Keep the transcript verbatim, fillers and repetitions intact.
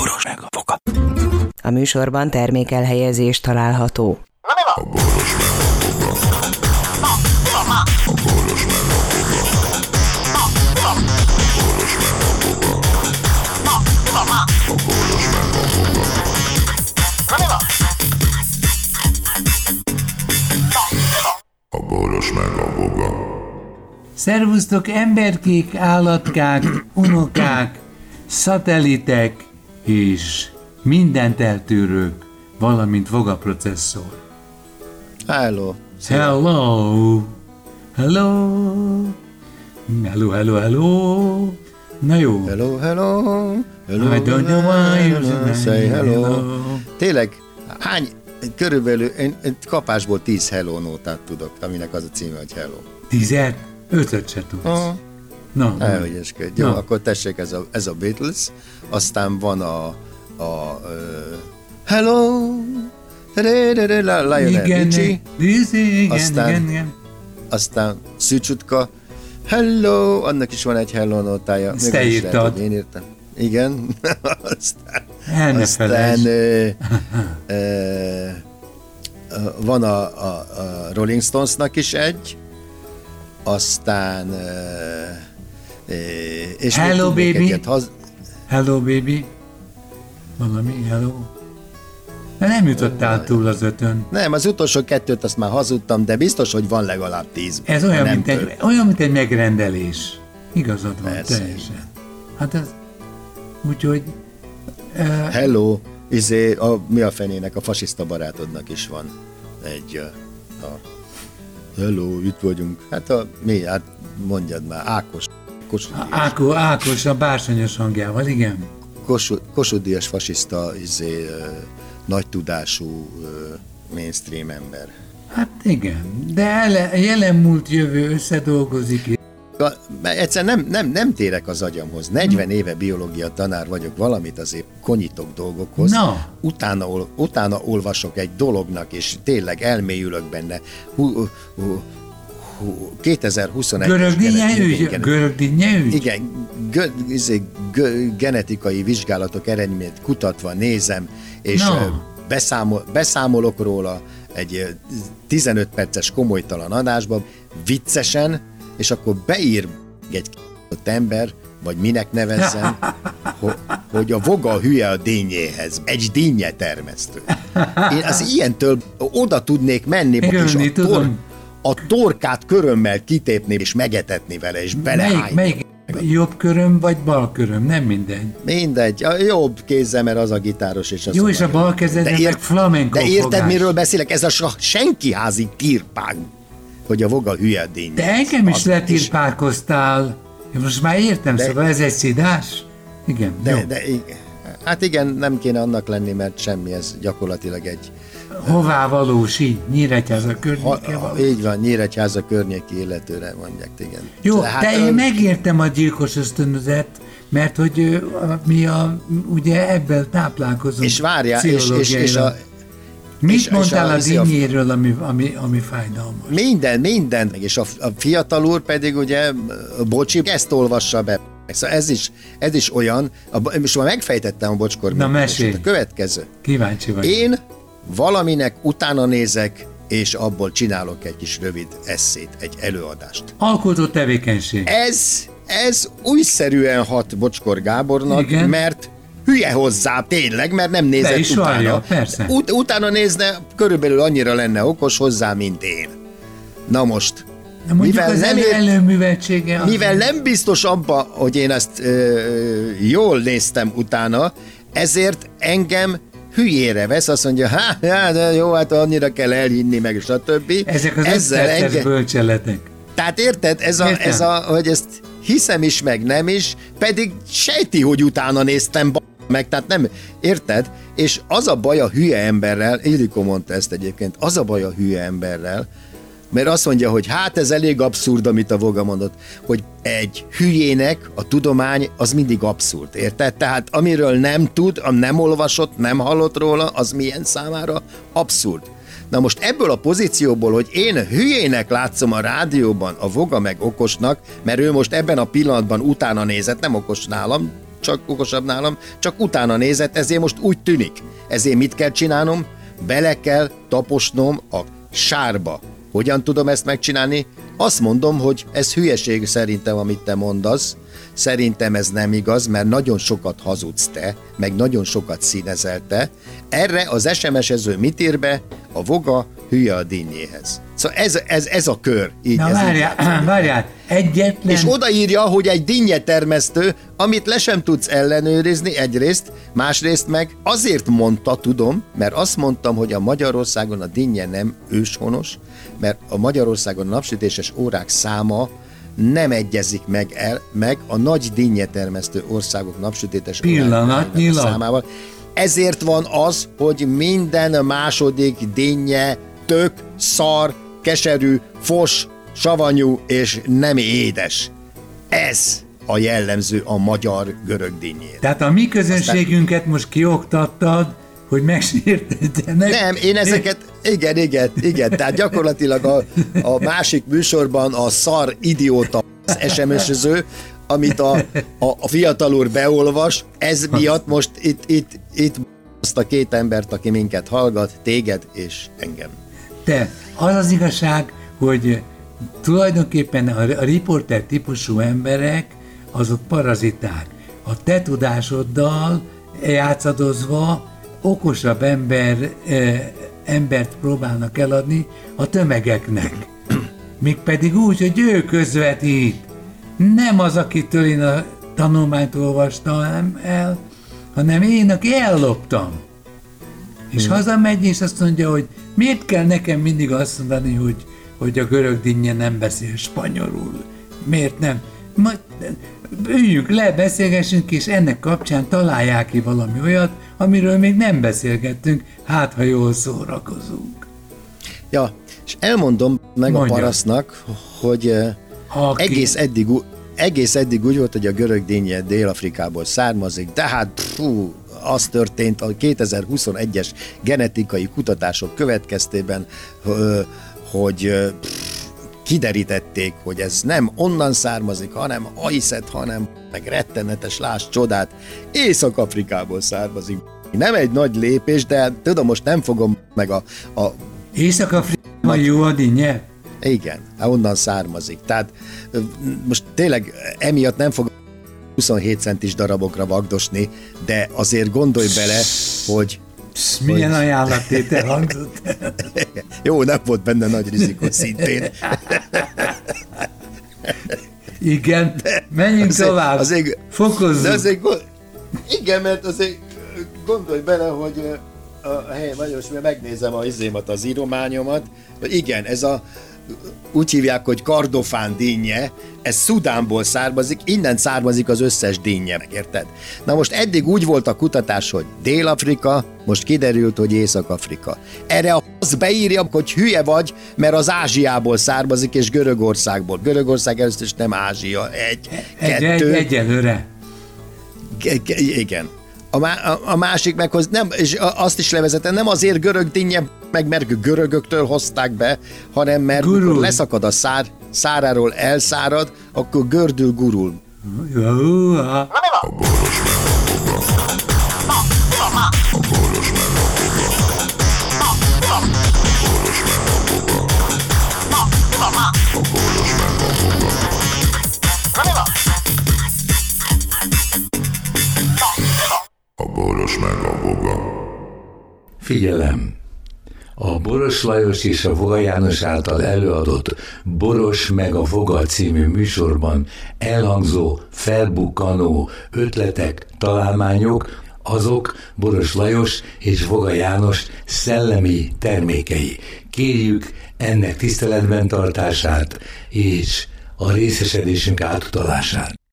boros meg a foka. A műsorban termékelhelyezés található. Na mi van? A boros meg a foka. Na, mi van már? A boros meg a foka. Na, mi van? A boros meg a foka. Na, mi van már? A boros meg a foka. Na mi van? Na, mi van? A boros meg a foka. Szervusztok, emberkék, állatkák, unokák, szatelitek és mindent eltűrők, valamint vogaprocesszor. Hello. Hello. Hello. Hello, hello, hello. Na jó. Hello, hello. Hello, I don't know why you hello, say hello. hello. Tényleg, hány, körülbelül, én, én kapásból tíz hello nótát tudok, aminek az a címe, hogy hello. Tízet? Ötöt se tudsz. Aha. Na, Elhügyeskedj. Jó, Na. akkor tessék, ez a, ez a Beatles, aztán van a, a uh, Hello, Lionel igen, Richie, igen, aztán- igen, igen. aztán Szűcsutka, Hello, annak is van egy Hello nótája. Ezt Még te az is írtad. lehet, hogy én írtam. Igen, aztán, El ne aztán felejtsd. ö, ö, ö, van a, a, a Rolling Stonesnak is egy, aztán ö, ö, és még Hello, tudnék baby. egyet, haz, Hello, baby. Valami, hello. De nem jutottál túl az ötön. nem, az utolsó kettőt azt már hazudtam, de biztos, hogy van legalább tíz. Ez ha olyan, nem mint több. egy, olyan, mint egy megrendelés. Igazad van, Persze. teljesen. Hát ez, úgyhogy... Uh, Hello, izé, a, mi a fenének, a fasiszta barátodnak is van egy a, a hello, itt vagyunk. Hát a, mi, hát mondjad már, Ákos, Kossuth Díjas, Áko, Ákos a bársonyos hangjával, igen. Kossuth, Kossuth Díjas fasiszta, izé, ö, nagy tudású ö, mainstream ember. Hát igen, de ele, jelen múlt jövő összedolgozik. A- mert egyszer nem, nem, nem térek az agyamhoz. negyven éve biológia tanár vagyok, valamit azért konyítok dolgokhoz. Na. Utána, ol- utána olvasok egy dolognak, és tényleg elmélyülök benne. Hú, hú, hú, kétezer-huszonegy Görögdínye ügy, Görögdínye ügy. igen, gö, izé, gö, genetikai vizsgálatok eredményét kutatva nézem, és No. ö, beszámol, beszámolok róla egy ö, tizenöt perces komolytalan adásban, viccesen, és akkor beír egy k***ott ember, vagy minek nevezzem, ho- hogy a voga hülye a dinnyéhez. Egy dinnye termesztő. Én az ilyentől oda tudnék menni, és Örülni a, tor, tudom. a torkát körömmel kitépni, és megetetni vele, és Melyik, belehányni. melyik jobb köröm vagy bal köröm, nem mindegy. Mindegy, a jobb kézzel, mert az a gitáros, és az Jó, a és a nagyon- bal kezeden De meg ért- flamenco De érted, fogás. miről beszélek? Ez a sa- senkiházi tirpág, hogy a voga hülye a dinnyéhez. De engem is Az- letirpálkoztál. Most már értem, De- szóval ez egy szidás? Igen, jó. De, de, igen. Hát igen, nem kéne annak lenni, mert semmi, ez gyakorlatilag egy... Hová valós így? Nyíregyháza Ha, környéke ha, való. így van, Nyíregyháza környéki illetőre mondják, igen. Jó, De de én ön- megértem a gyilkos ösztönözet, mert hogy ö, a- mi a, ugye ebből táplálkozunk. És várjál, és, és, és a, Mit és- és mondtál a- a, és a- dinnyéről, ami, ami, ami fájdalmas? minden, minden, és a, a fiatal úr pedig ugye, bocsi, ezt olvassa be. Szóval ez is, ez is olyan, a, most már megfejtettem a bocskor. Na, mesélj. A következő. Kíváncsi vagy. Én valaminek utána nézek, és abból csinálok egy kis rövid esszét, egy előadást. Alkotó tevékenység. Ez, ez újszerűen hat Bocskor Gábornak, Igen. mert hülye hozzá tényleg, mert nem Be nézett is utána. vallja, persze. Ut- utána nézne, körülbelül annyira lenne okos hozzá, mint én. Na most, De mondjuk mivel az nem elő, ért- előműveltsége... az- mivel nem biztos abba, hogy én ezt ö, jól néztem utána, ezért engem hülyére vesz, azt mondja, hát, hát jó, hát annyira kell elhinni, meg stb. Ezek az Ezzel összetes engem- bölcseletek. Tehát érted, ez a, Értem. ez a, hogy ezt hiszem is, meg nem is, pedig sejti, hogy utána néztem b- meg, tehát nem, érted? És az a baj a hülye emberrel, Ildikó mondta ezt egyébként, az a baj a hülye emberrel, mert azt mondja, hogy hát ez elég abszurd, amit a Voga mondott, hogy egy hülyének a tudomány az mindig abszurd, érted? Tehát amiről nem tud, am nem olvasott, nem hallott róla, az milyen számára abszurd. Na most ebből a pozícióból, hogy én hülyének látszom a rádióban, a Voga meg okosnak, mert ő most ebben a pillanatban utána nézett, nem okos nálam, csak okosabb nálam, csak utána nézett, ezért most úgy tűnik. Ezért mit kell csinálnom? Bele kell taposnom a sárba. Hogyan tudom ezt megcsinálni? Azt mondom, hogy ez hülyeség szerintem, amit te mondasz. Szerintem ez nem igaz, mert nagyon sokat hazudsz te, meg nagyon sokat színezel te. Erre az es em es-ező mit ír be? A voga hülye a dinnyéhez. Szóval ez, ez, ez a kör. Így, Na ez várjál, így várjál, egyetlen... és odaírja, hogy egy dinnyetermesztő, amit le sem tudsz ellenőrizni egyrészt, másrészt meg azért mondta, tudom, mert azt mondtam, hogy a Magyarországon a dinnye nem őshonos, mert a Magyarországon a napsütéses órák száma nem egyezik meg, el, meg a nagy dinnyetermesztő országok napsütétes órájának számával. Ezért van az, hogy minden második dinnye tök, szar, keserű, fos, savanyú és nem édes. Ez a jellemző a magyar görög dinnyére. Tehát a mi közönségünket Aztán... most kioktattad, hogy megsértettenek. Nem, én ezeket, igen, igen, igen, tehát gyakorlatilag a, a másik műsorban a szar idióta az es em es-ező, amit a, a, a fiatal úr beolvas, ez miatt most itt, itt, itt azt a két embert, aki minket hallgat, téged és engem. Te, az az igazság, hogy tulajdonképpen a, a riporter típusú emberek, azok paraziták. A te tudásoddal játszadozva okosabb ember, eh, embert próbálnak eladni a tömegeknek. Mégpedig úgy, hogy ő közvetít. Nem az, akitől én a tanulmányt olvastam el, hanem én, aki elloptam. És hmm. hazamegy, és azt mondja, hogy miért kell nekem mindig azt mondani, hogy, hogy a görög dinnye nem beszél spanyolul. Miért nem? Ma, üljünk le, beszélgessünk, és ennek kapcsán találják ki valami olyat, amiről még nem beszélgettünk, hát ha jól szórakozunk. Ja, és elmondom meg Mondja. a parasztnak, hogy Aki... egész, eddig, egész eddig úgy volt, hogy a görög dinnye Dél-Afrikából származik, de hát fú, az történt a kétezer-huszonegyes genetikai kutatások következtében, hogy kiderítették, hogy ez nem onnan származik, hanem Aiszet, hanem meg rettenetes, lásd csodát, Észak-Afrikából származik. Nem egy nagy lépés, de tudom, most nem fogom meg a... a Észak-Afrikában jó a dinnye? Igen, onnan származik. Tehát most tényleg emiatt nem fogom huszonhét centis darabokra vagdosni, de azért gondolj bele, hogy... Psz, milyen hogy... ajánlattétel hangzott? Jó, nem volt benne nagy rizikó szintén. Igen, menjünk azért, tovább, azért, fokozzuk. Azért, igen, mert azért gondolj bele, hogy a helyen vagyos, mert megnézem az izémat, az írományomat, hogy igen, ez a úgy hívják, hogy kardofán dinnye, ez Szudánból származik, innen származik az összes dinnye, megérted? Na most eddig úgy volt a kutatás, hogy Dél-Afrika, most kiderült, hogy Észak-Afrika. Erre az beírja, hogy hülye vagy, mert az Ázsiából származik, és Görögországból. Görögország először is nem Ázsia. Egy, egy kettő. Egy, egyelőre. Igen. A, má, a, a másik meg, hogy nem, és azt is levezetem, nem azért görög dinnye, meg mert görögöktől hozták be, hanem mert amikor leszakad a szár, száráról elszárad, akkor gördül gurul. A boros meg a voga. Figyelem! A Boros Lajos és a Voga János által előadott Boros meg a Voga című műsorban elhangzó, felbukkanó ötletek, találmányok, azok Boros Lajos és Voga János szellemi termékei. Kérjük ennek tiszteletben tartását és a részesedésünk átutalását.